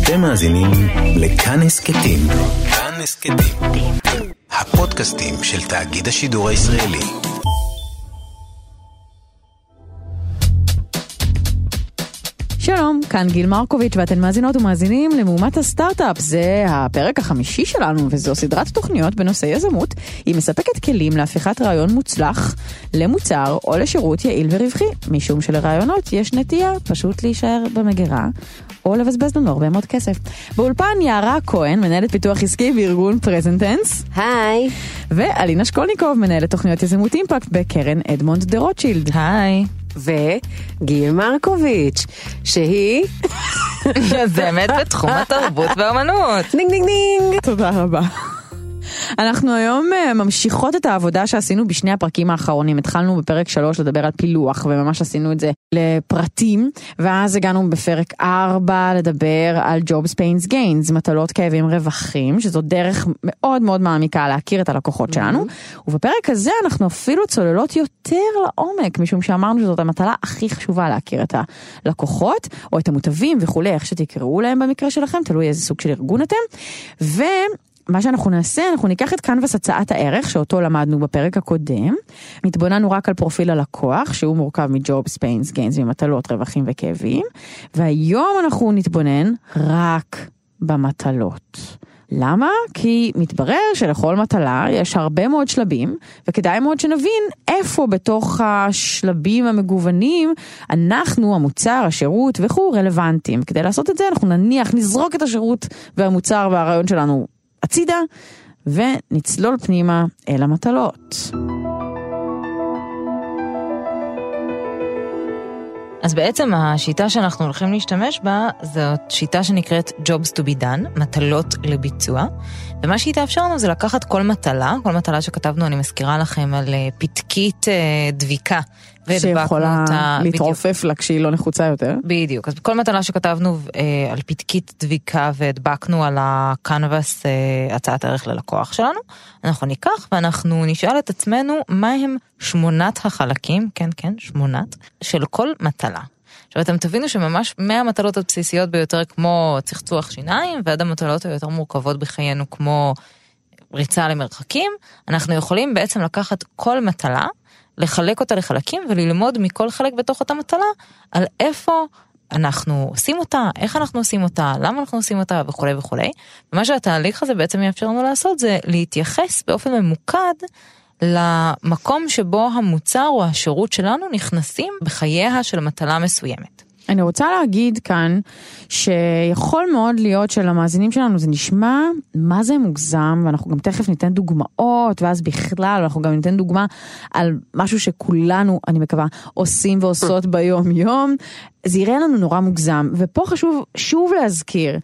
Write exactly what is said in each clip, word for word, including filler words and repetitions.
אתם מאזינים לכאן הסקטים. כאן הסקטים. הפודקאסטים של תאגיד השידור הישראלי. שלום, כאן גיל מרקוביץ' ואתן מאזינות ומאזינים למהומת הסטארט-אפ. זה הפרק החמישי שלנו, וזו סדרת תוכניות בנושא יזמות. היא מספקת כלים להפיכת רעיון מוצלח למוצר או לשירות יעיל ורווחי, משום שלרעיונות יש נטייה פשוט להישאר במגירה, או לבזבז לנו הרבה מאוד כסף. באולפן יערה כהן, מנהלת פיתוח עסקי בארגון פרזנטנס. היי. ואלינה שקולניקוב, מנהלת תוכניות יזמות אימפקט בקרן אדמונד דה רוטשילד. היי. וגיל מרקוביץ', שהיא יזמת בתחום התרבות והאמנות. דינג דינג דינג. תודה רבה. אנחנו היום ממשיכות את העבודה שעשינו בשני הפרקים האחרונים. התחלנו בפרק שלוש לדבר על פילוח, וממש עשינו את זה לפרטים, ואז הגענו בפרק ארבע לדבר על Jobs Pains Gains, מטלות כאבים רווחים, שזו דרך מאוד מאוד מעמיקה להכיר את הלקוחות שלנו, ובפרק הזה אנחנו אפילו צוללות יותר לעומק, משום שאמרנו שזאת המטלה הכי חשובה להכיר את הלקוחות, או את המוטבים וכולי, איך שתקראו להם במקרה שלכם, תלוי איזה סוג של ארגון אתם, ו... מה שאנחנו נעשה, אנחנו ניקח את קנבס הצעת הערך, שאותו למדנו בפרק הקודם, מתבוננו רק על פרופיל הלקוח, שהוא מורכב מ-Jobs, Pains, Gains, ממטלות, רווחים וכאבים, והיום אנחנו נתבונן רק במטלות. למה? כי מתברר שלכל מטלה יש הרבה מאוד שלבים, וכדאי מאוד שנבין איפה בתוך השלבים המגוונים אנחנו, המוצר, השירות וכו' רלוונטיים. כדי לעשות את זה אנחנו נניח, נזרוק את השירות והמוצר והרעיון שלנו הצידה, ונצלול פנימה אל המטלות. אז בעצם השיטה שאנחנו הולכים להשתמש בה, זאת שיטה שנקראת Jobs to be done, מטלות לביצוע, ומה שהיא תאפשר לנו זה לקחת כל מטלה, כל מטלה שכתבנו, אני מזכירה לכם על פתקית דביקה, שיכולה להתרופף לה כשהיא לא נחוצה יותר. בדיוק, אז בכל מטלה שכתבנו אה, על פתקית דביקה והדבקנו על הקנבס אה, הצעת ערך ללקוח שלנו, אנחנו ניקח ואנחנו נשאל את עצמנו מה הם שמונת החלקים, כן כן, שמונת, של כל מטלה. עכשיו אתם תבינו שממש מהמטלות הבסיסיות ביותר כמו צחצוח שיניים, ועד המטלות היותר מורכבות בחיינו כמו ריצה למרחקים, אנחנו יכולים בעצם לקחת כל מטלה, לחלק אותה לחלקים וללמוד מכל חלק בתוך אותה מטלה על איפה אנחנו עושים אותה, איך אנחנו עושים אותה, למה אנחנו עושים אותה וכו' וכו'. ומה שהתהליך הזה בעצם יאפשר לנו לעשות זה להתייחס באופן ממוקד למקום שבו המוצר או השירות שלנו נכנסים בחייה של מטלה מסוימת. אני רוצה להגיד כאן שיכול מאוד להיות שלמאזינים שלנו זה נשמע מה זה מוגזם, ואנחנו גם תכף ניתן דוגמאות, ואז בכלל אנחנו גם ניתן דוגמה על משהו שכולנו, אני מקווה, עושים ועושות ביום יום, זה יראה לנו נורא מוגזם, ופה חשוב שוב להזכיר,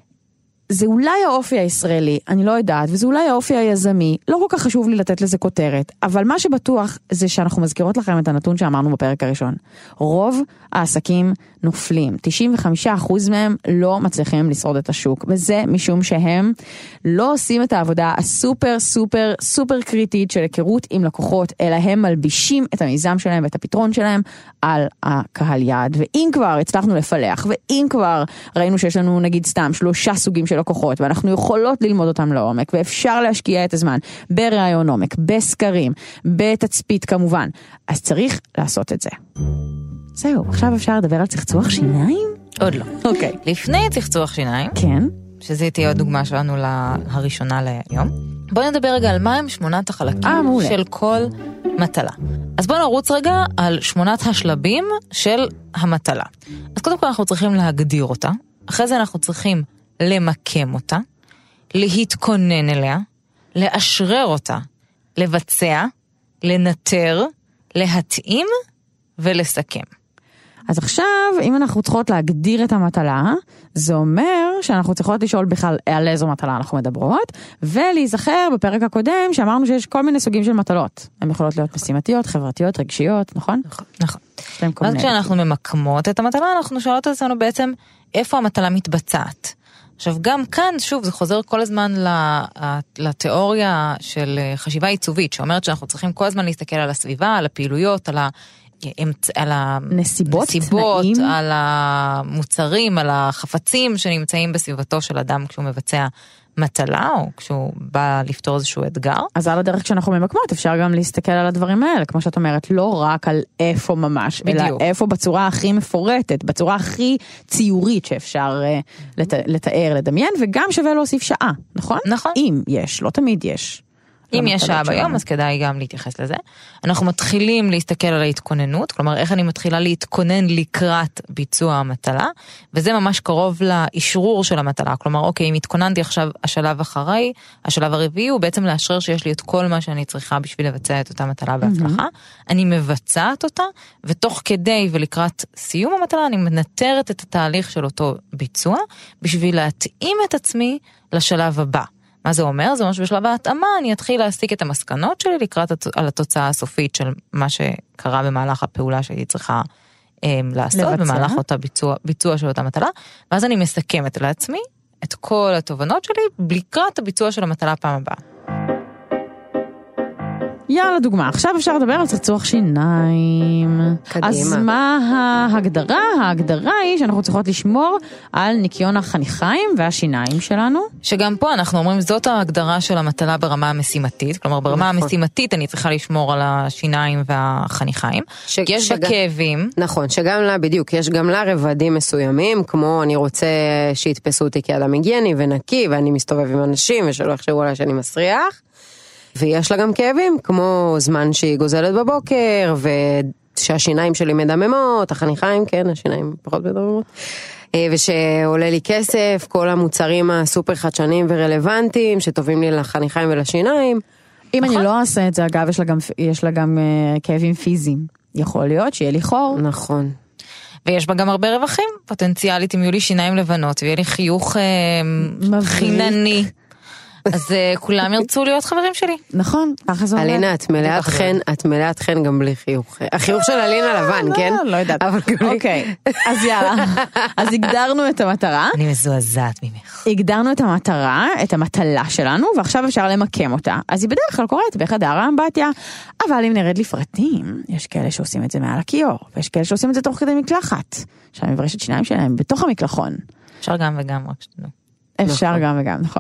זה אולי האופי הישראלי, אני לא יודעת, וזה אולי האופי היזמי, לא כל כך חשוב לי לתת לזה כותרת, אבל מה שבטוח זה שאנחנו מזכירות לכם את הנתון שאמרנו בפרק הראשון. רוב העסקים נופלים, תשעים וחמישה אחוז מהם לא מצליחים לשרוד את השוק, וזה משום שהם לא עושים את העבודה הסופר סופר סופר קריטית של היכרות עם לקוחות, אלא הם מלבישים את המיזם שלהם ואת הפתרון שלהם על הקהל יעד, ואם כבר הצלחנו לפלח, ואם כבר ראינו שיש לנו נגיד סתם שלושה סוגים של לקוחות, ואנחנו יכולות ללמוד אותם לעומק, ואפשר להשקיע את הזמן ברעיון עומק, בסקרים, בתצפית כמובן, אז צריך לעשות את זה. זהו, עכשיו אפשר לדבר על צחצוח שיניים? עוד לא. אוקיי. לפני צחצוח שיניים, כן. שזה תהיה עוד דוגמה שלנו להראשונה להיום, בואו נדבר רגע על מה הם שמונת החלקים 아, של כל מטלה. אז בואו נרוץ רגע על שמונת השלבים של המטלה. אז קודם כל אנחנו צריכים להגדיר אותה, אחרי זה אנחנו צריכים למקם אותה, להתכונן אליה, לאשרר אותה, לבצע, לנטר, להתאים ולסכם. אז עכשיו, אם אנחנו צריכות להגדיר את המטלה, זה אומר שאנחנו צריכות לשאול בכלל על איזו מטלה אנחנו מדברות, ולהיזכר בפרק הקודם שאמרנו שיש כל מיני סוגים של מטלות. הן יכולות להיות משימתיות, חברתיות, רגשיות, נכון? נכון. נכון. אז כשאנחנו ממקמות את המטלה, אנחנו שואלות את עצמנו בעצם איפה המטלה מתבצעת. עכשיו גם כאן, שוב, זה חוזר כל הזמן לתיאוריה של חשיבה עיצובית, שאומרת שאנחנו צריכים כל הזמן להסתכל על הסביבה, על הפעילויות, על על נסיבות, הנסיבות, תנאים. על המוצרים, על החפצים שנמצאים בסביבתו של אדם כשהוא מבצע מטלה, או כשהוא בא לפתור איזשהו אתגר. אז על הדרך כשאנחנו ממקמות, אפשר גם להסתכל על הדברים האלה, כמו שאת אומרת, לא רק על איפה ממש, בדיוק. אלא איפה בצורה הכי מפורטת, בצורה הכי ציורית שאפשר uh, לת, לתאר, לדמיין, וגם שווה להוסיף שעה, נכון? נכון. אם יש, לא תמיד יש. אם יש שעה ביום, אז כדאי גם להתייחס לזה. אנחנו מתחילים להסתכל על ההתכוננות, כלומר, איך אני מתחילה להתכונן לקראת ביצוע המטלה, וזה ממש קרוב לאשרור של המטלה. כלומר, אוקיי, אם התכוננתי עכשיו השלב אחרי, השלב הרביעי הוא בעצם לאשרר שיש לי את כל מה שאני צריכה בשביל לבצע את אותה מטלה בהצלחה. אני מבצעת אותה, ותוך כדי ולקראת סיום המטלה, אני מנטרת את התהליך של אותו ביצוע, בשביל להתאים את עצמי לשלב הבא. מה זה אומר? זה אומר שבשלב ההתאמה אני אתחיל להסיק את המסקנות שלי לקראת על התוצאה הסופית של מה שקרה במהלך הפעולה שהיא צריכה אה, לעשות, לבצע. במהלך אותה ביצוע, ביצוע של אותה מטלה, ואז אני מסכמת לעצמי את כל התובנות שלי לקראת הביצוע של המטלה פעם הבאה. יאללה, דוגמה. עכשיו אפשר לדבר על צחצוח שיניים. קדימה. אז מה ההגדרה? ההגדרה היא שאנחנו צריכות לשמור על ניקיון החניכיים והשיניים שלנו. שגם פה אנחנו אומרים, זאת ההגדרה של המטלה ברמה המשימתית. כלומר, ברמה נכון. המשימתית אני צריכה לשמור על השיניים והחניכיים. ש... יש שג... בה כאבים. נכון, שגם לה, בדיוק, יש גם לה רבדים מסוימים, כמו אני רוצה שיתפסו אותי כאדם היגייני ונקי, ואני מסתובב עם אנשים ושלא יחשבו עליי שאני מסריח. ויש לה גם כאבים, כמו זמן שהיא גוזלת בבוקר, ושהשיניים שלי מדממות, החניכיים, כן, השיניים פחות מדממות, ושעולה לי כסף, כל המוצרים הסופר חדשניים ורלוונטיים, שטובים לי לחניכיים ולשיניים. אם אני לא אעשה את זה, אגב, יש לה גם, יש לה גם כאבים פיזיים. יכול להיות שיהיה לי חור. נכון. ויש בה גם הרבה רווחים, פוטנציאלית, אם יהיו לי שיניים לבנות, ויהיה לי חיוך חינני. אז כולם ירצו להיות חברים שלי. נכון, ככה זה אומר. אלינה, את מלאת חן, את מלאת חן גם בלי חיוך. החיוך של אלינה לבן, כן? לא יודעת. אוקיי, אז יאללה. אז הגדרנו את המטרה. אני מזועזעת ממך. הגדרנו את המטרה, את המטלה שלנו, ועכשיו אפשר למקם אותה. אז היא בדרך כלל קורית בחדר האמבטיה, אבל אם נרד לפרטים, יש כאלה שעושים את זה מעל הכיור, ויש כאלה שעושים את זה תוך כדי מקלחת, שהמברשת שיניים שלהם בתוך המקלחון. אפשר גם וגם, רק שתדעו. אפשר גם וגם, נכון.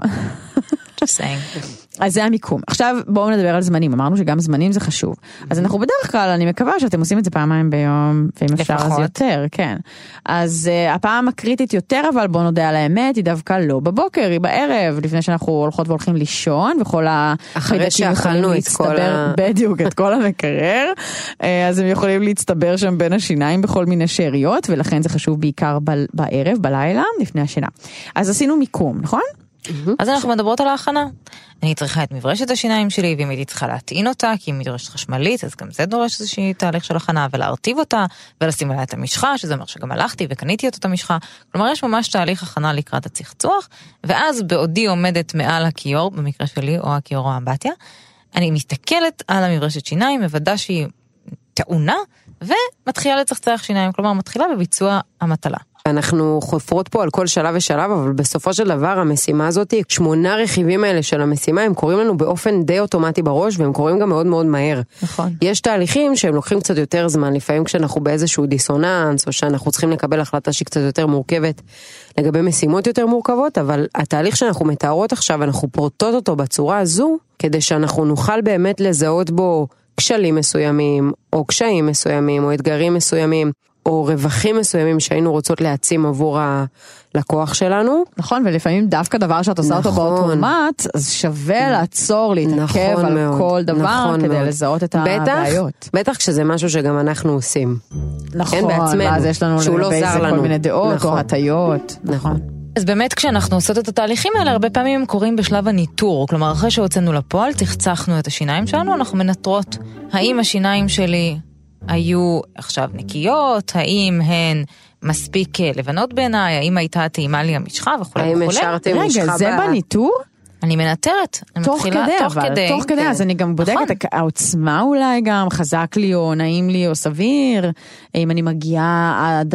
Just saying. אז זה המיקום. עכשיו בואו נדבר על זמנים. אמרנו שגם זמנים זה חשוב. אז אנחנו בדרך כלל, אני מקווה שאתם עושים את זה פעמיים ביום, ואם אפשר אז יותר, כן. אז uh, הפעם הקריטית יותר, אבל בואו נודה על האמת, היא דווקא לא בבוקר, היא בערב, לפני שאנחנו הולכות והולכים לישון, וכל החיידקים יכולים להצטבר, בדיוק, את כל המקרר, אז הם יכולים להצטבר שם בין השיניים בכל מיני שאריות, ולכן זה חשוב בעיקר ב- בערב, בלילה, לפני השינה. אז עשינו מיקום, נכון? אז אנחנו מדברות על ההכנה. אני צריכה את מברשת השיניים שלי, ואם הייתי צריכה להטעין אותה, כי היא מדרשת חשמלית, אז גם זה דורש איזושהי תהליך של הכנה, ולהרטיב אותה, ולשים עליה את המשחה, שזה אומר שגם הלכתי וקניתי את אותה משחה. כלומר, יש ממש תהליך הכנה לקראת הצחצוח, ואז בעודי עומדת מעל הכיור, במקרה שלי, או הכיור או האמבטיה, אני מסתכלת על המברשת שיניים, מוודא שהיא טעונה, ומתחילה לצחצח שיניים, כלומר, מתחילה בביצוע המטלה. אנחנו חופרות פה על כל שלב ושלב, אבל בסופו של דבר המשימה הזאת, שמונה רכיבים האלה של המשימה, הם קוראים לנו באופן די אוטומטי בראש, והם קוראים גם מאוד מאוד מהר. נכון. יש תהליכים שהם לוקחים קצת יותר זמן, לפעמים כשאנחנו באיזשהו דיסוננס, או שאנחנו צריכים לקבל החלטה שהיא קצת יותר מורכבת, לגבי משימות יותר מורכבות, אבל התהליך שאנחנו מתארות עכשיו, אנחנו פורטות אותו בצורה הזו, כדי שאנחנו נוכל באמת לזהות בו כשלים מסוימים, או קשיים מסוימים, או אתגרים מסוימים, או רווחים מסוימים שהיינו רוצות להעצים עבור הלקוח שלנו. נכון, ולפעמים דווקא דבר שאת עושה אותו באוטומט, אז שווה לעצור, להתעכב נכון על מאוד, כל דבר, נכון כדי מאוד. לזהות את בטח, הבעיות. בטח כשזה משהו שגם אנחנו עושים. נכון, כן, בעצמנו, ואז יש לנו שהוא לא לגבי זר זה לנו. כל מיני דעות, נכון. או הטיות. נכון. אז באמת כשאנחנו עושות את התהליכים האלה, הרבה פעמים הם קורים בשלב הניטור, כלומר אחרי שהוצאנו לפועל, תחצחנו את השיניים שלנו, אנחנו מנטרות, האם השיניים שלי היו עכשיו נקיות, האם הן מספיק לבנות בעיניי, האם הייתה טעימה לי המשחה וכו'. האם השארתי משחה רגע, זה ב... בניטור? אני מנטרת, אני תוך מתחילה כדי, תוך אבל, כדי. תוך כדי, אז אני גם בודקת, העוצמה אולי גם, חזק לי או נעים לי או סביר, אם אני מגיעה עד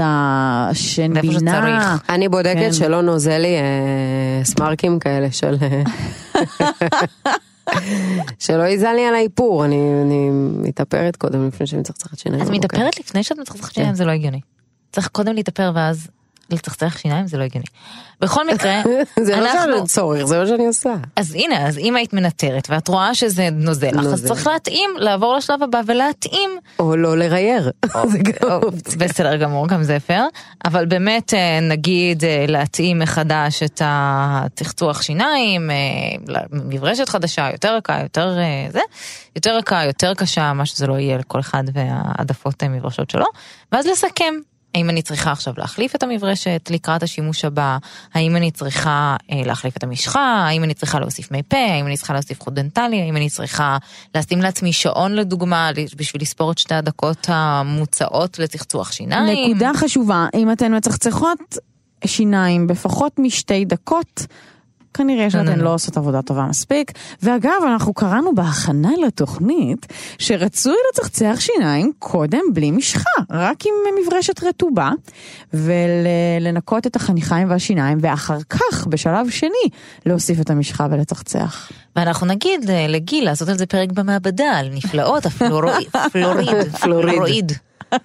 השן בינה. אני בודקת שלא נוזל לי סמרקים כאלה של... שלא ייזל לי על האיפור, אני מתאפרת קודם לפני שאני מצחצחת שיניים. את מתאפרת לפני שאת מצחצחת שיניים, זה לא הגיוני. צריך קודם להתאפר ואז לצחצח שיניים, זה לא הגיוני. בכל מקרה, זה לא שאני צורך, זה מה שאני עושה. אז הנה, אז אם היית מנטרת, ואת רואה שזה נוזל לך, אז צריך להתאים, לעבור לשלב הבא ולהתאים. או לא לרייר. בסדר גמור, גם זה פייר. אבל באמת, נגיד, להתאים מחדש את התחצוח שיניים, מברשת חדשה, יותר רכה, יותר זה, יותר רכה, יותר קשה, מה שזה לא יהיה לכל אחד והעדפות מברשות שלו, ואז לסכם. האם אני צריכה עכשיו להחליף את המברשת לקראת השימוש הבא? האם אני צריכה אה, להחליף את המשחה? האם אני צריכה להוסיף מי פה? האם אני צריכה להוסיף חוט דנטלי? האם אני צריכה לשים לעצמי שעון לדוגמה בשביל לספור את שתי הדקות המוצעות לצחצוח שיניים? נקודה חשובה, אם אתן מצחצחות שיניים בפחות משתי דקות, כנראה שאתן לא עושות עבודה טובה מספיק. ואגב, אנחנו קראנו בהכנה לתוכנית שרצוי לצחצח שיניים קודם בלי משחה, רק עם מברשת רטובה, ולנקות את החניכיים והשיניים, ואחר כך, בשלב שני, להוסיף את המשחה ולצחצח. ואנחנו נגיד לגיל לעשות על זה פרק במעבדה, על נפלאות הפלוריד. פלוריד. פלוריד.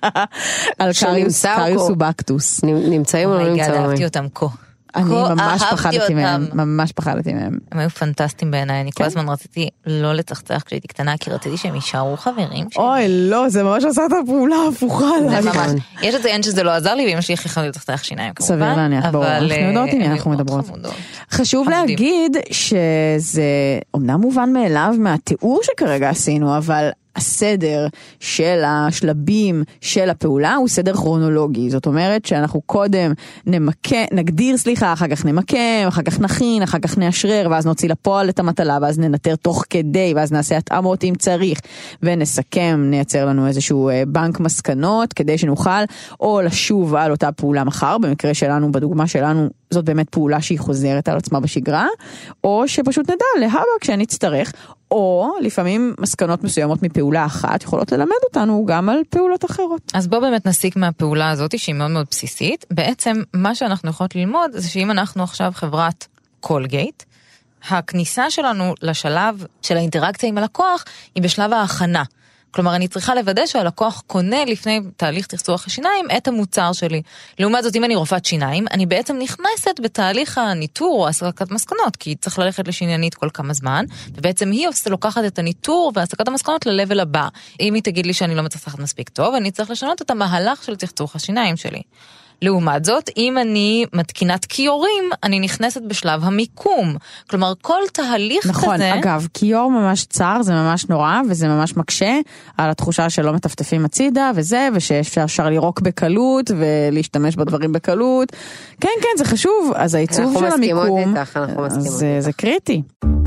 על קריוס ובקטוס. נמצאים או לא נמצאים? אהבתי אותם כה. אני ממש פחדתי מהם, ממש פחדתי מהם. הם היו פנטסטיים בעיניי, אני כל הזמן רציתי לא לצחצח כשהייתי קטנה, כי רציתי שהם יישארו חברים. אוי, לא, זה ממש עשה את הפעולה הפוכה. יש לציין שזה לא עזר לי, ואמא שלי הכי חמוד לצחצח שיניים כמובן. סביר להניח, ברור, אנחנו יודעות הנה, אנחנו מדברות. חשוב להגיד שזה אומנם מובן מאליו מהתיאור שכרגע עשינו, אבל הסדר של השלבים של הפעולה הוא סדר כרונולוגי. זאת אומרת שאנחנו קודם נמקה, נגדיר, סליחה, אחר כך נמקם, אחר כך נכין, אחר כך נאשרר, ואז נוציא לפועל את המטלה, ואז ננטר תוך כדי, ואז נעשה התאמות אם צריך, ונסכם, נייצר לנו איזשהו בנק מסקנות, כדי שנוכל או לשוב על אותה פעולה מחר, במקרה שלנו, בדוגמה שלנו, זאת באמת פעולה שהיא חוזרת על עצמה בשגרה, או שפשוט נדע להבא כשאני אצטרך, או לפעמים מסקנות מסוימות מפעולה אחת יכולות ללמד אותנו גם על פעולות אחרות. אז בוא באמת נסיק מהפעולה הזאת שהיא מאוד מאוד בסיסית. בעצם מה שאנחנו יכולות ללמוד זה שאם אנחנו עכשיו חברת קולגייט, הכניסה שלנו לשלב של האינטראקציה עם הלקוח היא בשלב ההכנה. כלומר, אני צריכה לוודא שהלקוח קונה לפני תהליך תחצוח השיניים את המוצר שלי. לעומת זאת, אם אני רופאת שיניים, אני בעצם נכנסת בתהליך הניטור או הסקת מסקנות, כי צריך ללכת לשניינית כל כמה זמן, ובעצם היא לוקחת את הניטור והסקת המסקנות ללבל הבא. אם היא תגיד לי שאני לא מצחצחת מספיק טוב, אני צריך לשנות את המהלך של תחצוח השיניים שלי. לעומת זאת, אם אני מתקינת כיורים, אני נכנסת בשלב המיקום. כלומר, כל תהליך נכון, כזה... נכון, אגב, כיור ממש צר, זה ממש נורא, וזה ממש מקשה על התחושה שלא מטפטפים הצידה, וזה, ושאפשר לירוק בקלות, ולהשתמש בדברים בקלות. כן, כן, זה חשוב. אז העיצוב של המיקום... אנחנו מסכימות איתך, אנחנו מסכימות איתך. זה קריטי.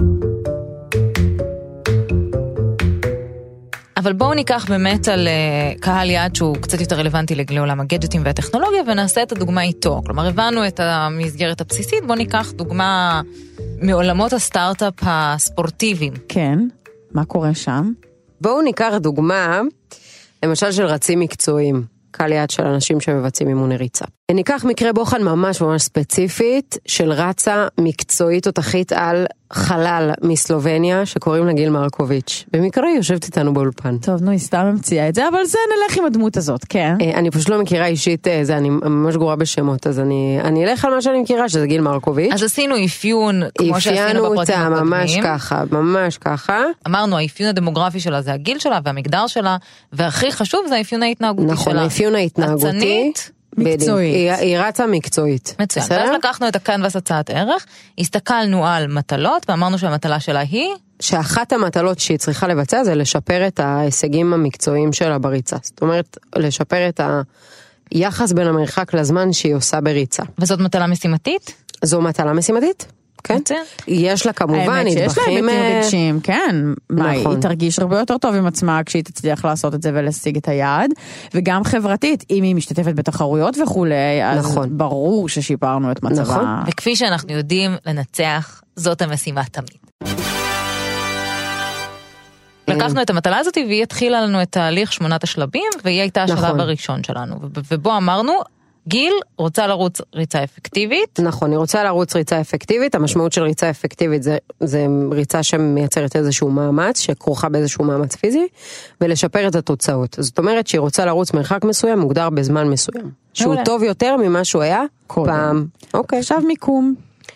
אבל בואו ניקח באמת על uh, קהל יעד שהוא קצת יותר רלוונטי לעולם הגדג'טים והטכנולוגיה, ונעשה את הדוגמה איתו. כלומר, הבנו את המסגרת הבסיסית, בואו ניקח דוגמה מעולמות הסטארט-אפ הספורטיביים. כן, מה קורה שם? בואו ניקח דוגמה, למשל של רצים מקצועיים, קהל יעד של אנשים שמבצעים אימוני ריצה. ניקח מקרה בוחן ממש ממש ספציפית של רצה מקצועית או תחית על חלל מסלובניה שקוראים לה גיל מרקוביץ'. במקרה היא יושבת איתנו באולפן. טוב, נו, היא סתם המציאה את זה, אבל זה נלך עם הדמות הזאת, כן. אני פשוט לא מכירה אישית, זה, אני ממש גרועה בשמות, אז אני, אני אלך על מה שאני מכירה, שזה גיל מרקוביץ'. אז עשינו אפיון, כמו שעשינו בפרטים הקודמים. ממש ככה, ממש ככה. אמרנו, האפיון הדמוגרפי שלה זה הגיל שלה והמגדר שלה, והכי חשוב זה האפיון ההתנהגותי שלה. נכון, האפיון ההתנהגותי. מקצועית. היא, היא רצה מקצועית. מצוין. ואז לקחנו את הקנבס הצעת ערך, הסתכלנו על מטלות, ואמרנו שהמטלה שלה היא... שאחת המטלות שהיא צריכה לבצע זה לשפר את ההישגים המקצועיים שלה בריצה. זאת אומרת, לשפר את היחס בין המרחק לזמן שהיא עושה בריצה. וזאת מטלה משימתית? זו מטלה משימתית. כן. יש לה כמובן נדבכים... האמת שיש לה היבטים רגשיים, כן. מה, היא תרגיש הרבה יותר טוב עם עצמה כשהיא תצליח לעשות את זה ולהשיג את היעד, וגם חברתית, אם היא משתתפת בתחרויות וכולי, אז ברור ששיפרנו את מצבה. וכפי שאנחנו יודעים לנצח, זאת המשימה תמיד. לקחנו את המטלה הזאת והיא התחילה לנו את תהליך שמונת השלבים, והיא הייתה השלב הראשון שלנו. ובו אמרנו, גיל רוצה לרוץ ריצה אפקטיבית. נכון, היא רוצה לרוץ ריצה אפקטיבית, המשמעות של ריצה אפקטיבית זה, זה ריצה שמייצרת איזשהו מאמץ, שכרוכה באיזשהו מאמץ פיזי, ולשפר את התוצאות. זאת אומרת שהיא רוצה לרוץ מרחק מסוים, מוגדר בזמן מסוים. שהוא טוב יותר ממה שהוא היה פעם. אוקיי. עכשיו מיקום.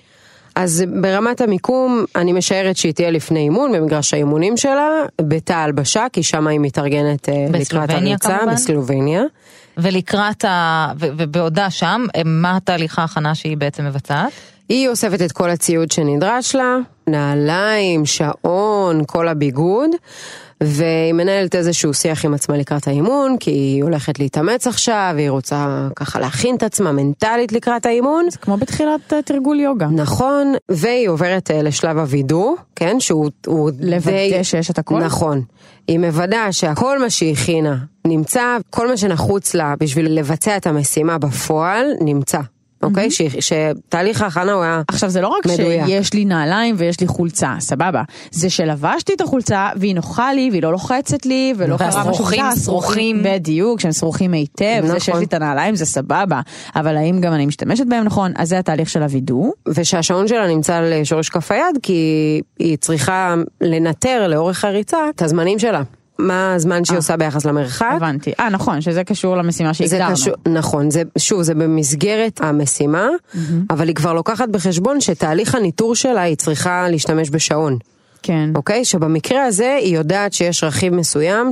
אז ברמת המיקום, אני משערת שהיא תהיה לפני אימון, במגרש האימונים שלה, בתא הלבשה, כי שם היא מתארגנת לקראת הריצה, בסלובניה. ולקראת ה... ובעודה שם, מה התהליך ההכנה שהיא בעצם מבצעת? היא אוספת את כל הציוד שנדרש לה, נעליים, שעון, כל הביגוד, והיא מנהלת איזשהו שיח עם עצמה לקראת האימון, כי היא הולכת להתאמץ עכשיו, והיא רוצה ככה להכין את עצמה מנטלית לקראת האימון. זה כמו בתחילת תרגול יוגה. נכון, והיא עוברת לשלב הוידוא, כן, שהוא... לוודא שיש את הכל? נכון. היא מוודא שהכל מה שהיא הכינה נמצא, כל מה שנחוץ לה בשביל לבצע את המשימה בפועל נמצא. אוקיי? שתהליך ההכנה הוא היה מדויק. עכשיו זה לא רק שיש לי נעליים ויש לי חולצה, סבבה. זה שלבשתי את החולצה והיא נוחה לי והיא לא לוחצת לי ולא קרה משהו. סרוכים. בדיוק, שהם סרוכים היטב. זה שיש לי את הנעליים זה סבבה. אבל האם גם אני משתמשת בהם נכון? אז זה התהליך של הוידוא. ושהשעון שלה נמצא על שורש כף היד, כי היא צריכה לנטר לאורך הריצה את הזמנים שלה. מה הזמן שהיא עושה ביחס למרחק. הבנתי. אה, נכון, שזה קשור למשימה שהגדרנו. נכון, זה, שוב, זה במסגרת המשימה, אבל היא כבר לוקחת בחשבון שתהליך הניטור שלה היא צריכה להשתמש בשעון. כן. אוקיי? שבמקרה הזה היא יודעת שיש רכיב מסוים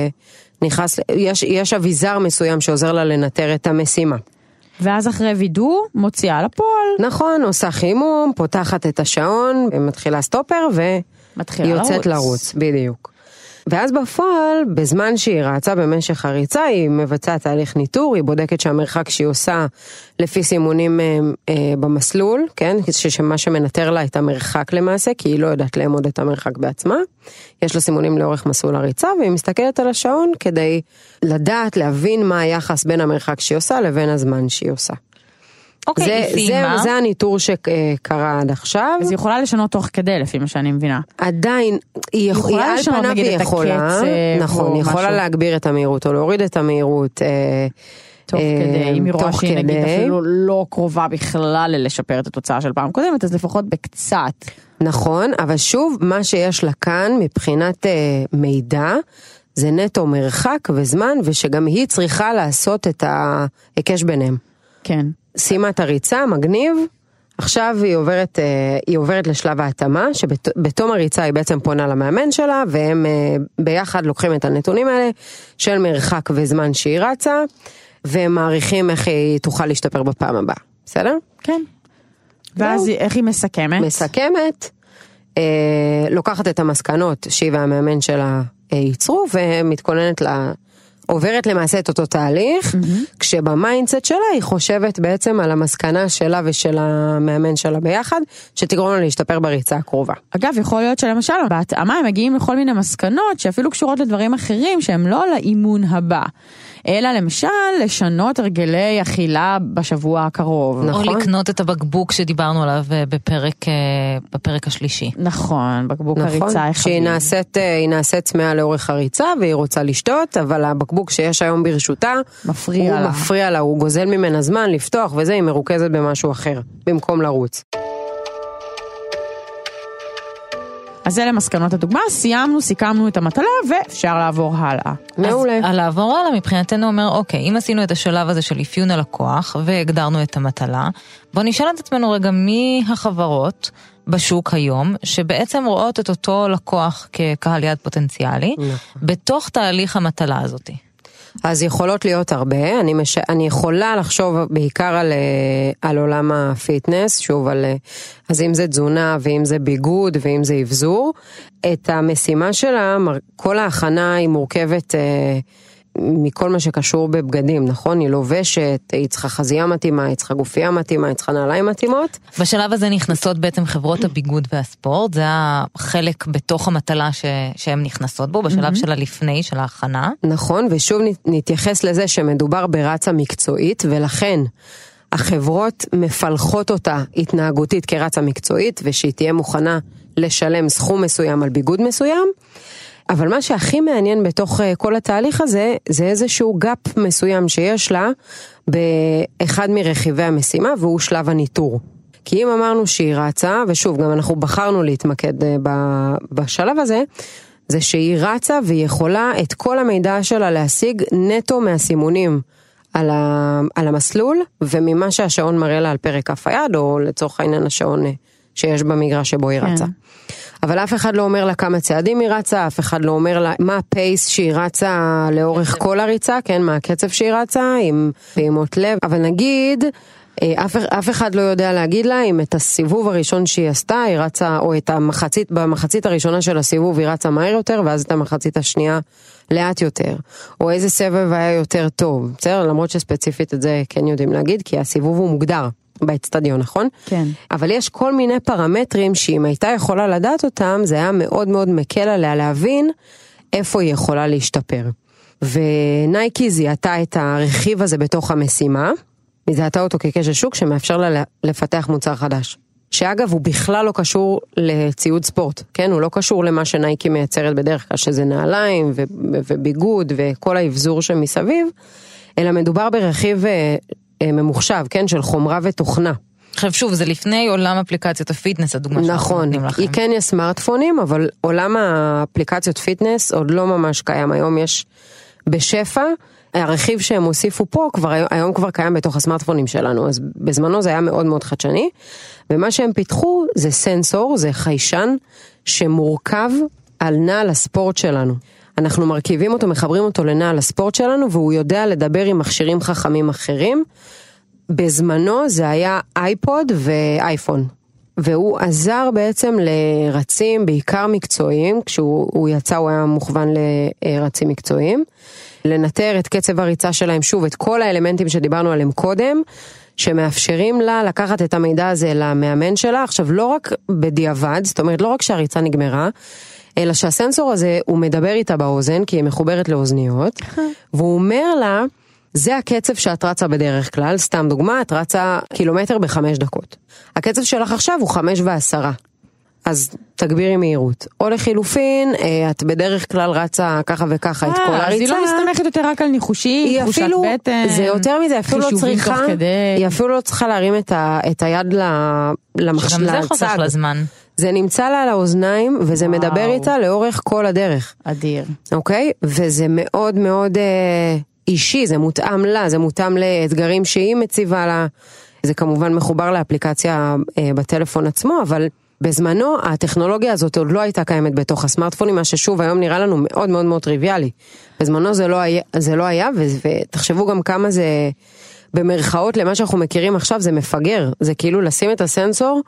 שנכנס, יש, יש אביזר מסוים שעוזר לה לנטר את המשימה. ואז אחרי וידוא, מוציאה לפועל. נכון, עושה חימום, פותחת את השעון, מתחילה סטופר ויוצאת לרוץ, בדיוק. ואז בפועל, בזמן שהיא רצה במשך הריצה, היא מבצעת תהליך ניטור, היא בודקת שהמרחק שהיא עושה לפי סימונים אה, אה, במסלול, כן? שמה שמנטר לה את המרחק למעשה, כי היא לא יודעת לעמוד את המרחק בעצמה. יש לה סימונים לאורך מסלול הריצה, והיא מסתכלת על השעון כדי לדעת, להבין מה היחס בין המרחק שהיא עושה לבין הזמן שהיא עושה. אוקיי, זה, היא סיימה. זה, זה הניטור שקרה עד עכשיו. אז היא יכולה לשנות תוך כדי, לפי מה שאני מבינה. עדיין, היא יכולה לשנות נגיד את הקצב. נכון, היא יכולה להגביר את המהירות, או להוריד את המהירות. תוך כדי, אם היא רואה שהיא נגיד אפילו לא קרובה בכלל לשפר את התוצאה של פעם קודמת, אז לפחות בקצת. נכון, אבל שוב, מה שיש לה כאן מבחינת מידע, זה נטו מרחק וזמן, ושגם היא צריכה לעשות את ההיקש ביניהם. כן. שימה את הריצה, מגניב, עכשיו היא עוברת, היא עוברת לשלב ההתאמה, שבתום הריצה היא בעצם פונה למאמן שלה, והם ביחד לוקחים את הנתונים האלה, של מרחק וזמן שהיא רצה, והם מעריכים איך היא תוכל להשתפר בפעם הבאה, בסדר? כן. ואז איך היא מסכמת? מסכמת, לוקחת את המסקנות שהיא והמאמן שלה ייצרו, ומתכוננת לה... עוברת למעשה את אותו תהליך, mm-hmm. כשבמיינדסט שלה היא חושבת בעצם על המסקנה שלה ושל המאמן שלה ביחד, שתגרום לה להשתפר בריצה הקרובה. אגב, יכול להיות שלמשל, בהתאמה הם מגיעים לכל מיני מסקנות, שאפילו קשורות לדברים אחרים, שהם לא לאימון הבא, אלא למשל, לשנות הרגלי אכילה בשבוע הקרוב. נכון. או לקנות את הבקבוק שדיברנו עליו בפרק, בפרק השלישי. נכון, בקבוק נכון. הריצה החביב. שהיא נעשית, היא נעשית צמאה לאורך הריצה, והיא רוצה לשתות, אבל הבקבוק שיש היום ברשותה, מפריע הוא לה. מפריע לה, הוא גוזל ממנה זמן לפתוח, וזה היא מרוכזת במשהו אחר, במקום לרוץ. אז אלה מסקנות הדוגמה, סיימנו, סיכמנו את המטלה, ואפשר לעבור הלאה. מעולה. אז לעבור הלאה מבחינתנו אומר, אוקיי, אם עשינו את השלב הזה של אפיון הלקוח, והגדרנו את המטלה, בוא נשאל את עצמנו רגע מי החברות בשוק היום, שבעצם רואות את אותו לקוח כקהל יעד פוטנציאלי, בתוך תהליך המטלה הזאת. אז יכולות להיות הרבה, אני, מש... אני יכולה לחשוב בעיקר על, על עולם הפיטנס, שוב על, אז אם זה תזונה ואם זה ביגוד ואם זה אבזור, את המשימה שלה, כל ההכנה היא מורכבת מכל מה שקשור בבגדים, נכון? היא לובשת, היא צריכה חזייה מתאימה, היא צריכה גופייה מתאימה, היא צריכה נעליים מתאימות. בשלב הזה נכנסות בעצם חברות הביגוד והספורט, זה החלק בתוך המטלה ש... שהן נכנסות בו, בשלב של הלפני, של ההכנה. נכון, ושוב נתייחס לזה שמדובר ברצה מקצועית, ולכן החברות מפלחות אותה התנהגותית כרצה מקצועית, ושהיא תהיה מוכנה לשלם סכום מסוים על ביגוד מסוים, אבל מה שהכי מעניין בתוך כל התהליך הזה, זה איזשהו גאפ מסוים שיש לה באחד מרכיבי המשימה, והוא שלב הניטור. כי אם אמרנו שהיא רצה, ושוב, גם אנחנו בחרנו להתמקד בשלב הזה, זה שהיא רצה והיא יכולה את כל המידע שלה להשיג נטו מהסימונים על, ה, על המסלול, וממה שהשעון מראה לה על פרק כף היד, או לצורך העניין השעון שיש במגרש שבו היא רצה. אבל אף אחד לא אומר לה כמה צעדים היא רצה, אף אחד לא אומר לה מה הפייס שהיא רצה לאורך כל הריצה, כן, מה הקצב שהיא רצה, עם פעימות לב, אבל נגיד, אף, אף אחד לא יודע להגיד לה אם את הסיבוב הראשון שהיא עשתה, היא רצה, או את המחצית, במחצית הראשונה של הסיבוב היא רצה מהר יותר, ואז את המחצית השנייה לאט יותר, או איזה סבב היה יותר טוב, בסדר? למרות שספציפית את זה כן יודעים להגיד, כי הסיבוב הוא מוגדר באצטדיון, נכון? כן. אבל יש כל מיני פרמטרים שאם הייתה יכולה לדעת אותם, זה היה מאוד מאוד מקל עליה להבין איפה היא יכולה להשתפר. ונייקי זיהתה את הרכיב הזה בתוך המשימה, היא זיהתה אותו ככשל שוק שמאפשר לה לפתח מוצר חדש. שאגב הוא בכלל לא קשור לציוד ספורט, כן? הוא לא קשור למה שנייקי מייצרת בדרך כלל, שזה נעליים ו- וביגוד וכל האבזור שמסביב, אלא מדובר ברכיב ממוחשב, כן? של חומרה ותוכנה. עכשיו שוב, זה לפני עולם אפליקציות הפיטנס, הדוגמה שאנחנו נותנים לכם. היא כן יש סמארטפונים, אבל עולם האפליקציות פיטנס עוד לא ממש קיים. היום יש בשפע, הרכיב שהם הוסיפו פה, כבר, היום כבר קיים בתוך הסמארטפונים שלנו, אז בזמנו זה היה מאוד מאוד חדשני, ומה שהם פיתחו זה סנסור, זה חיישן שמורכב על נעל הספורט שלנו. אנחנו מרכיבים אותו, מחברים אותו לנעל הספורט שלנו, והוא יודע לדבר עם מכשירים חכמים אחרים. בזמנו זה היה אייפוד ואייפון, והוא עזר בעצם לרצים בעיקר מקצועיים, כשהוא יצא הוא היה מוכוון לרצים מקצועיים, לנטר את קצב הריצה שלהם, שוב, את כל האלמנטים שדיברנו עליהם קודם, שמאפשרים לה לקחת את המידע הזה למאמן שלה, עכשיו לא רק בדיעבד, זאת אומרת לא רק שהריצה נגמרה, אלא שהסנסור הזה הוא מדבר איתה באוזן, כי היא מחוברת לאוזניות, והוא אומר לה, זה הקצב שאת רצה בדרך כלל, סתם דוגמה, את רצה קילומטר בחמש דקות. הקצב שלך עכשיו הוא חמש ועשרה. אז תגבירי מהירות. או לחילופין, את בדרך כלל רצה ככה וככה את כל הריצה. אז היא לא מסתמכת יותר רק על ניחושים, תחושת בטן. זה יותר מזה, אפילו לא צריכה, היא אפילו לא צריכה להרים את היד למחשב, גם זה חוסך לזמן. זה נמצא לה על האוזניים, וזה מדבר איתה לאורך כל הדרך. אדיר. אוקיי? וזה מאוד מאוד אישי, זה מותאם לה, זה מותאם לאתגרים שהיא מציבה לה. זה כמובן מחובר לאפליקציה בטלפון עצמו, אבל בזמנו הטכנולוגיה הזאת עוד לא הייתה קיימת בתוך הסמארטפונים, מה ששוב היום נראה לנו מאוד מאוד מאוד טריוויאלי. בזמנו זה לא היה, זה לא היה, ותחשבו גם כמה זה במרכאות למה שאנחנו מכירים עכשיו, זה מפגר. זה כאילו לשים את הסנסור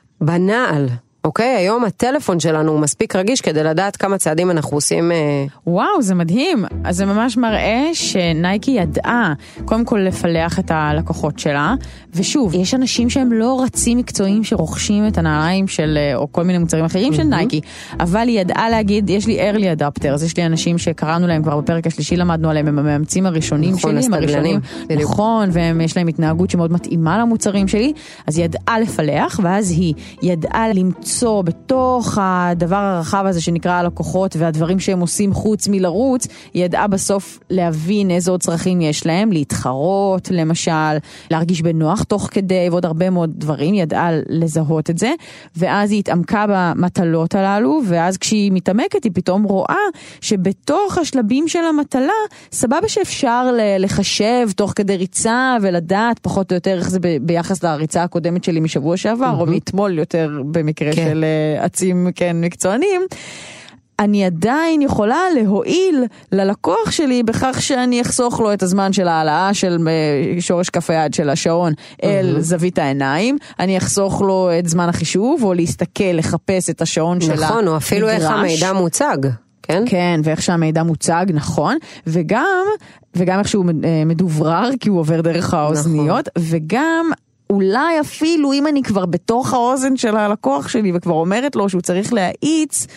בנעל. אוקיי, היום הטלפון שלנו הוא מספיק רגיש כדי לדעת כמה צעדים אנחנו עושים. וואו, זה מדהים. אז זה ממש מראה שנייקי ידעה קודם כל לפלח את הלקוחות שלה, ושוב, יש אנשים שהם לא רצים מקצועיים שרוכשים את הנעליים של, או כל מיני מוצרים אחרים של נייקי, אבל היא ידעה להגיד, יש לי early adapters, יש לי אנשים שקראנו להם כבר בפרק השלישי, למדנו עליהם, הם המאמצים הראשונים שלי, הם הראשונים, נכון, ויש להם התנהגות שמאוד מתאימה למוצרים שלי, אז היא ידעה לפלח, ואז היא ידעה למצוא בתוך הדבר הרחב הזה שנקרא הלקוחות והדברים שהם עושים חוץ מלרוץ, היא ידעה בסוף להבין איזה עוד צרכים יש להם, להתחרות למשל, להרגיש בנוח תוך כדי ועוד הרבה מאוד דברים, היא ידעה לזהות את זה, ואז היא התעמקה במטלות הללו, ואז כשהיא מתעמקת היא פתאום רואה שבתוך השלבים של המטלה, סבבה שאפשר לחשב תוך כדי ריצה ולדעת פחות או יותר איך זה ביחס לריצה הקודמת שלי משבוע שעבר, או מאתמול יותר במקרה של של עצים כן מקצוענים, אני עדיין יכולה להועיל ללקוח שלי בכך שאני אחסוך לו את הזמן של העלאה של שורש כף היד של השעון אל זווית העיניים, אני אחסוך לו את זמן החישוב או להסתכל, לחפש את השעון של המגרש. נכון, או אפילו איך המידע מוצג. כן? כן, ואיך שהמידע מוצג, נכון, וגם, וגם איך שהוא מדוברר, כי הוא עובר דרך האוזניות, נכון. וגם אולי אפילו אם אני כבר בתוך האוזן של הלקוח שלי וכבר אומרת לו שהוא צריך להאיץ,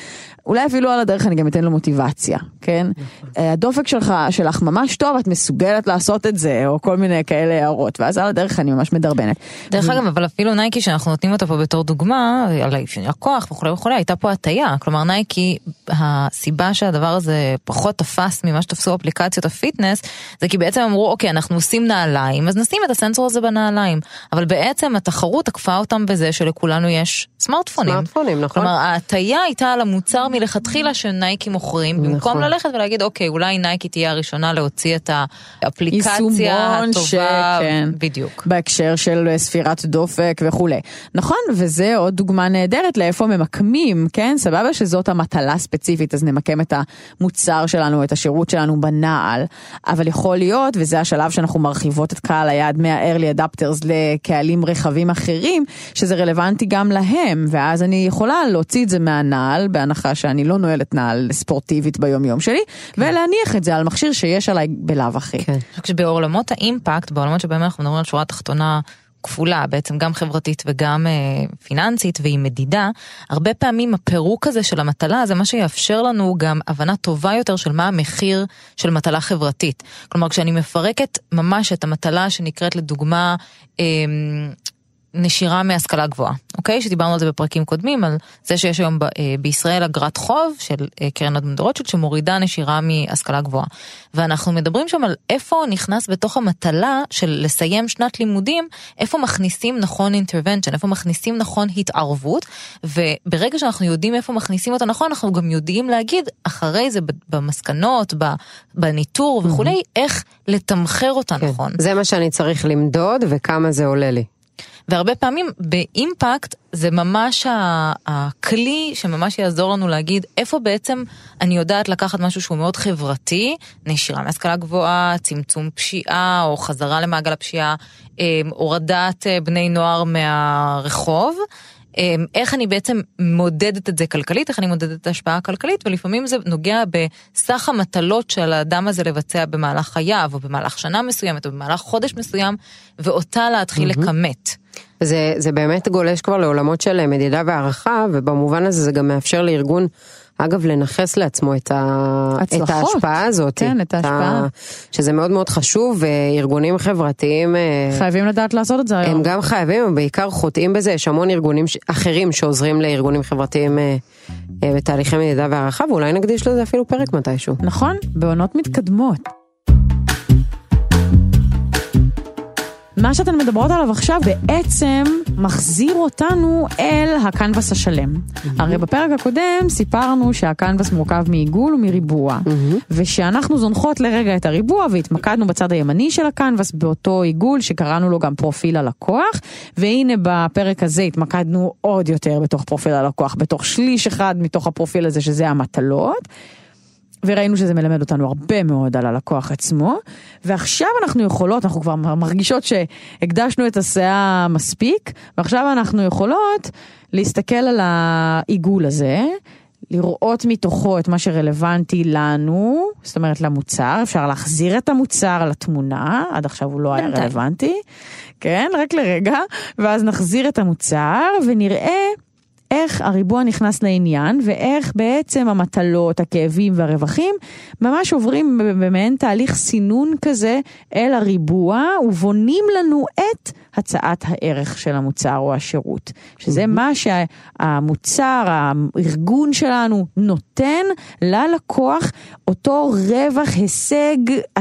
אולי אפילו על הדרך אני גם אתן לו מוטיבציה, כן? הדופק שלך, שלך ממש טוב, את מסוגלת לעשות את זה, או כל מיני כאלה הערות, ואז על הדרך אני ממש מדרבנת. דרך אגב, אבל אפילו נייקי שאנחנו נותנים אותה פה בתור דוגמה, על הכוח וכו' וכו', הייתה פה הטיה, כלומר נייקי, הסיבה שהדבר הזה פחות תפס ממה שתפסו אפליקציות הפיטנס, זה כי בעצם אמרו, אוקיי, אנחנו עושים נעליים, אז נשים את הסנסור הזה בנעליים, אבל בעצם התחרות עקפה אותם בזה שלכולנו יש סמארטפונים. סמארטפונים, נכון. כלומר, ההטיה הייתה על המוצר מלכתחילה שנייקי מוכרים, במקום ללכת ולהגיד, אוקיי, אולי נייקי תהיה הראשונה להוציא את האפליקציה הטובה, בדיוק. בהקשר של ספירת דופק וכו'. נכון, וזה עוד דוגמה נהדרת לאיפה ממקמים, כן? סבבה שזאת המטלה ספציפית, אז נמקם את המוצר שלנו, את השירות שלנו בנעל, אבל יכול להיות, וזה השלב שאנחנו מרחיבות את קהל היעד מה-early adapters לקהלים רחבים אחרים, שזה רלוונטי גם להם, ואז אני יכולה להוציא את זה מהנעל, בהנחה שאני לא נועלת נעל ספורטיבית ביום יום שלי, כן. ולהניח את זה על מכשיר שיש עליי בלב אחי. כן. כשבעולמות האימפקט, בעולמות שבהם אנחנו מדברים על שורה תחתונה כפולה, בעצם גם חברתית וגם אה, פיננסית והיא מדידה, הרבה פעמים הפירוק הזה של המטלה, זה מה שיאפשר לנו גם הבנה טובה יותר של מה המחיר של מטלה חברתית. כלומר, כשאני מפרקת ממש את המטלה שנקראת לדוגמה, אה, נשירה מהשכלה גבוהה, אוקיי? שדיברנו על זה בפרקים קודמים, על זה שיש היום ב- בישראל אגרת חוב של קרן אדמונד רוטשילד שמורידה נשירה מהשכלה גבוהה. ואנחנו מדברים שם על איפה נכנס בתוך המטלה של לסיים שנת לימודים, איפה מכניסים נכון intervention, איפה מכניסים נכון התערבות, וברגע שאנחנו יודעים איפה מכניסים אותה נכון, אנחנו גם יודעים להגיד אחרי זה במסקנות, בניטור וכולי, איך לתמחר אותה נכון. זה מה שאני צריך למדוד וכמה זה עולה לי. והרבה פעמים באימפקט זה ממש הכלי שממש יעזור לנו להגיד איפה בעצם אני יודעת לקחת משהו שהוא מאוד חברתי, נשירה מהשכלה גבוהה, צמצום פשיעה או חזרה למעגל הפשיעה, הורדת בני נוער מהרחוב, איך אני בעצם מודדת את זה כלכלית, איך אני מודדת את ההשפעה הכלכלית, ולפעמים זה נוגע בסך המטלות של האדם הזה לבצע במהלך חייו, או במהלך שנה מסוימת, או במהלך חודש מסוים, ואותה להתחיל לכמת. זה, זה באמת גולש כבר לעולמות של מדידה והערכה, ובמובן הזה זה גם מאפשר לארגון, אגב, לנחס לעצמו את, ה... את ההשפעה הזאת. כן, את ההשפעה. שזה מאוד מאוד חשוב, וארגונים חברתיים... חייבים לדעת לעשות את זה היום. הם גם חייבים, הם בעיקר חוטאים בזה, יש המון ארגונים אחרים שעוזרים לארגונים חברתיים בתהליכי מדידה והערכה, ואולי נקדיש לזה אפילו פרק מתישהו. נכון, בעונות מתקדמות. מה שאתן מדברות עליו עכשיו בעצם מחזיר אותנו אל הקנבס השלם. Mm-hmm. הרי בפרק הקודם סיפרנו שהקנבס מורכב מעיגול ומריבוע, mm-hmm. ושאנחנו זונחות לרגע את הריבוע והתמקדנו בצד הימני של הקנבס באותו עיגול שקראנו לו גם פרופיל הלקוח, והנה בפרק הזה התמקדנו עוד יותר בתוך פרופיל הלקוח, בתוך שליש אחד מתוך הפרופיל הזה שזה המטלות, וראינו שזה מלמד אותנו הרבה מאוד על הלקוח עצמו, ועכשיו אנחנו יכולות, אנחנו כבר מרגישות שהקדשנו את הסאה מספיק, ועכשיו אנחנו יכולות להסתכל על העיגול הזה, לראות מתוכו את מה שרלוונטי לנו, זאת אומרת למוצר, אפשר להחזיר את המוצר לתמונה, עד עכשיו הוא לא היה רלוונטי, כן, רק לרגע, ואז נחזיר את המוצר ונראה איך הריבוע נכנס לעניין, ואיך בעצם המטלות, הכאבים והרווחים, ממש עוברים במעין תהליך סינון כזה אל הריבוע, ובונים לנו את הצעת הערך של המוצר או השירות. שזה מה שהמוצר, הארגון שלנו נותן ללקוח, אותו רווח, הישג,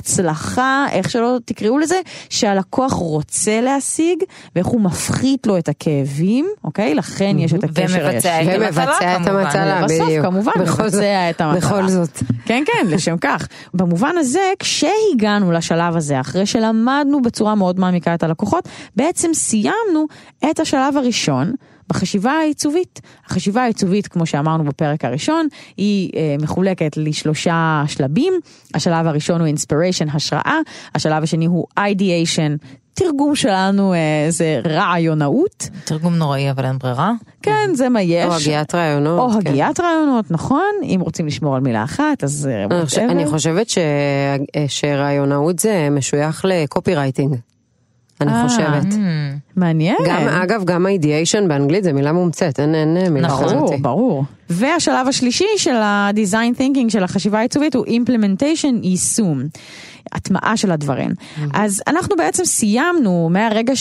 הצלחה, איך שלא תקראו לזה, שהלקוח רוצה להשיג, ואיך הוא מפחית לו את הכאבים, אוקיי? לכן יש את הקשר ומבצע את המטלה, בסוף כמובן, מבצע את המטלה. בכל זאת. כן, כן, לשם כך. במובן הזה, כשהגענו לשלב הזה, אחרי שלמדנו בצורה מאוד מעמיקה את הלקוחות, בעצם סיימנו את השלב הראשון, בחשיבה העיצובית. החשיבה העיצובית, כמו שאמרנו בפרק הראשון, היא אה, מחולקת לשלושה שלבים. השלב הראשון הוא inspiration, השראה. השלב השני הוא ideation, תרגום שלנו אה, זה רעיונאות. תרגום נוראי, אבל אין ברירה. כן, זה מה יש. או הגיית רעיונות. או כן. הגיית רעיונות, נכון. אם רוצים לשמור על מילה אחת, אז... אני, חושב, אני חושבת ש, שרעיונאות זה משוייך לקופי רייטינג. אני חושבת. מעניין. גם, אגב, גם ה-ideation באנגלית זה מילה מומצאת, אין, אין מילה ברור, חזרתי. ברור. והשלב השלישי של ה-design thinking, של החשיבה העיצובית, הוא implementation, יישום. הטמעה של הדברים. Mm-hmm. אז אנחנו בעצם סיימנו מהרגע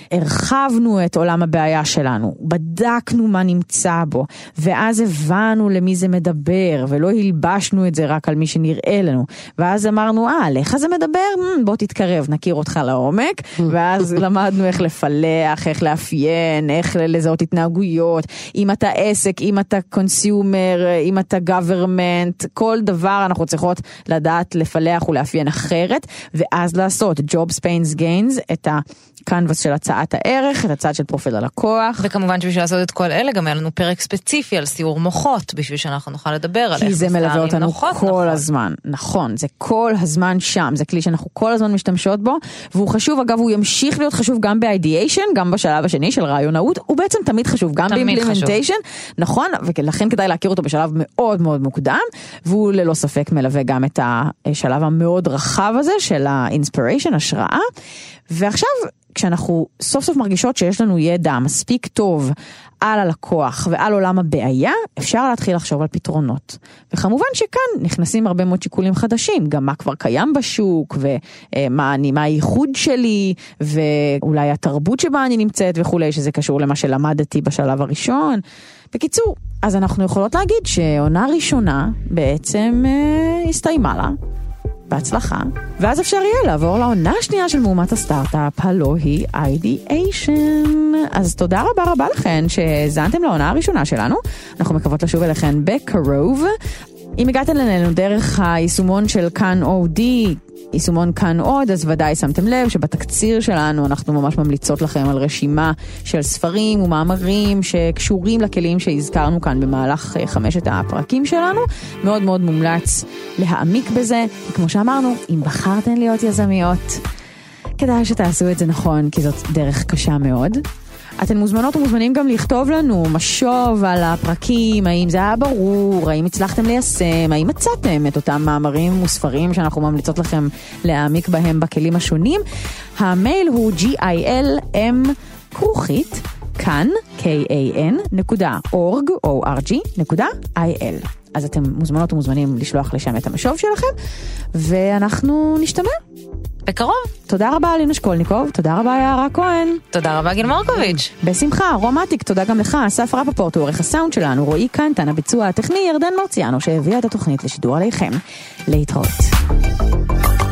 שהרחבנו את עולם הבעיה שלנו, בדקנו מה נמצא בו, ואז הבנו למי זה מדבר, ולא הלבשנו את זה רק על מי שנראה לנו. ואז אמרנו, אה, לך זה מדבר? בוא תתקרב, נכיר אותך לעומק, mm-hmm. ואז למדנו איך לפלח, איך לאפיין, איך לזהות התנהגויות, אם אתה עסק, אם אתה consumer, אם אתה government, כל דבר אנחנו צריכות לדעת לפלח ולאפיין אחר. ואז לעשות jobs, pains, gains, את הקנבס של הצעת הערך, את הצד של פרופיל הלקוח. וכמובן שבשביל לעשות את כל אלה, גם היה לנו פרק ספציפי על סיור מוחות, בשביל שאנחנו נוכל לדבר על איך כי זה מלווה אותנו כל נכון. הזמן, נכון, זה כל הזמן שם, זה כלי שאנחנו כל הזמן משתמשות בו, והוא חשוב, אגב, הוא ימשיך להיות חשוב גם ב-ideation, גם בשלב השני של רעיונאות, הוא בעצם תמיד חשוב, גם ב-implementation, נכון, ולכן כדאי להכיר אותו בשלב מאוד מאוד מוקדם, והוא ללא ספק מלווה גם את השלב המאוד רחב הזה של ה-inspiration, השראה, ועכשיו כשאנחנו סוף סוף מרגישות שיש לנו ידע מספיק טוב על הלקוח ועל עולם הבעיה, אפשר להתחיל לחשוב על פתרונות. וכמובן שכאן נכנסים הרבה מאוד שיקולים חדשים, גם מה כבר קיים בשוק, ומה אני, מה הייחוד שלי, ואולי התרבות שבה אני נמצאת וכולי, שזה קשור למה שלמדתי בשלב הראשון. בקיצור, אז אנחנו יכולות להגיד שעונה ראשונה בעצם אה, הסתיימה לה. בהצלחה, ואז אפשר יהיה לעבור לעונה השנייה של מהומת הסטארט-אפ, הלא היא ideation. אז תודה רבה רבה לכן שהזנתם לעונה הראשונה שלנו, אנחנו מקוות לשוב אליכן בקרוב. אם הגעתם אלינו דרך היישומון של כאן אודי, יישומון כאן עוד, אז ודאי שמתם לב שבתקציר שלנו אנחנו ממש ממליצות לכם על רשימה של ספרים ומאמרים שקשורים לכלים שהזכרנו כאן במהלך חמשת הפרקים שלנו. מאוד מאוד מומלץ להעמיק בזה, וכמו שאמרנו, אם בחרתן להיות יזמיות, כדאי שתעשו את זה נכון, כי זאת דרך קשה מאוד. אתן מוזמנות ומוזמנים גם לכתוב לנו משוב על הפרקים, האם זה היה ברור, האם הצלחתם ליישם, האם מצאתם את אותם מאמרים וספרים שאנחנו ממליצות לכם להעמיק בהם בכלים השונים. המייל הוא ג'י-איי-אל-אם כרוכית כאן, K-A-N, נקודה, org, O-R-G, נקודה, I-L. אז אתם מוזמנות ומוזמנים לשלוח לשם את המשוב שלכם, ואנחנו נשתמע. בקרוב. תודה רבה אלינה שקולניקוב, תודה רבה יערה כהן. תודה רבה גיל מרקוביץ'. בשמחה, רומטיק, תודה גם לך, אסף רפפורט, הוא עורך הסאונד שלנו, רועי קנטן, הביצוע הטכני, ירדן מרציאנו, שהביאה את התוכנית לשידור עליכם. להתראות.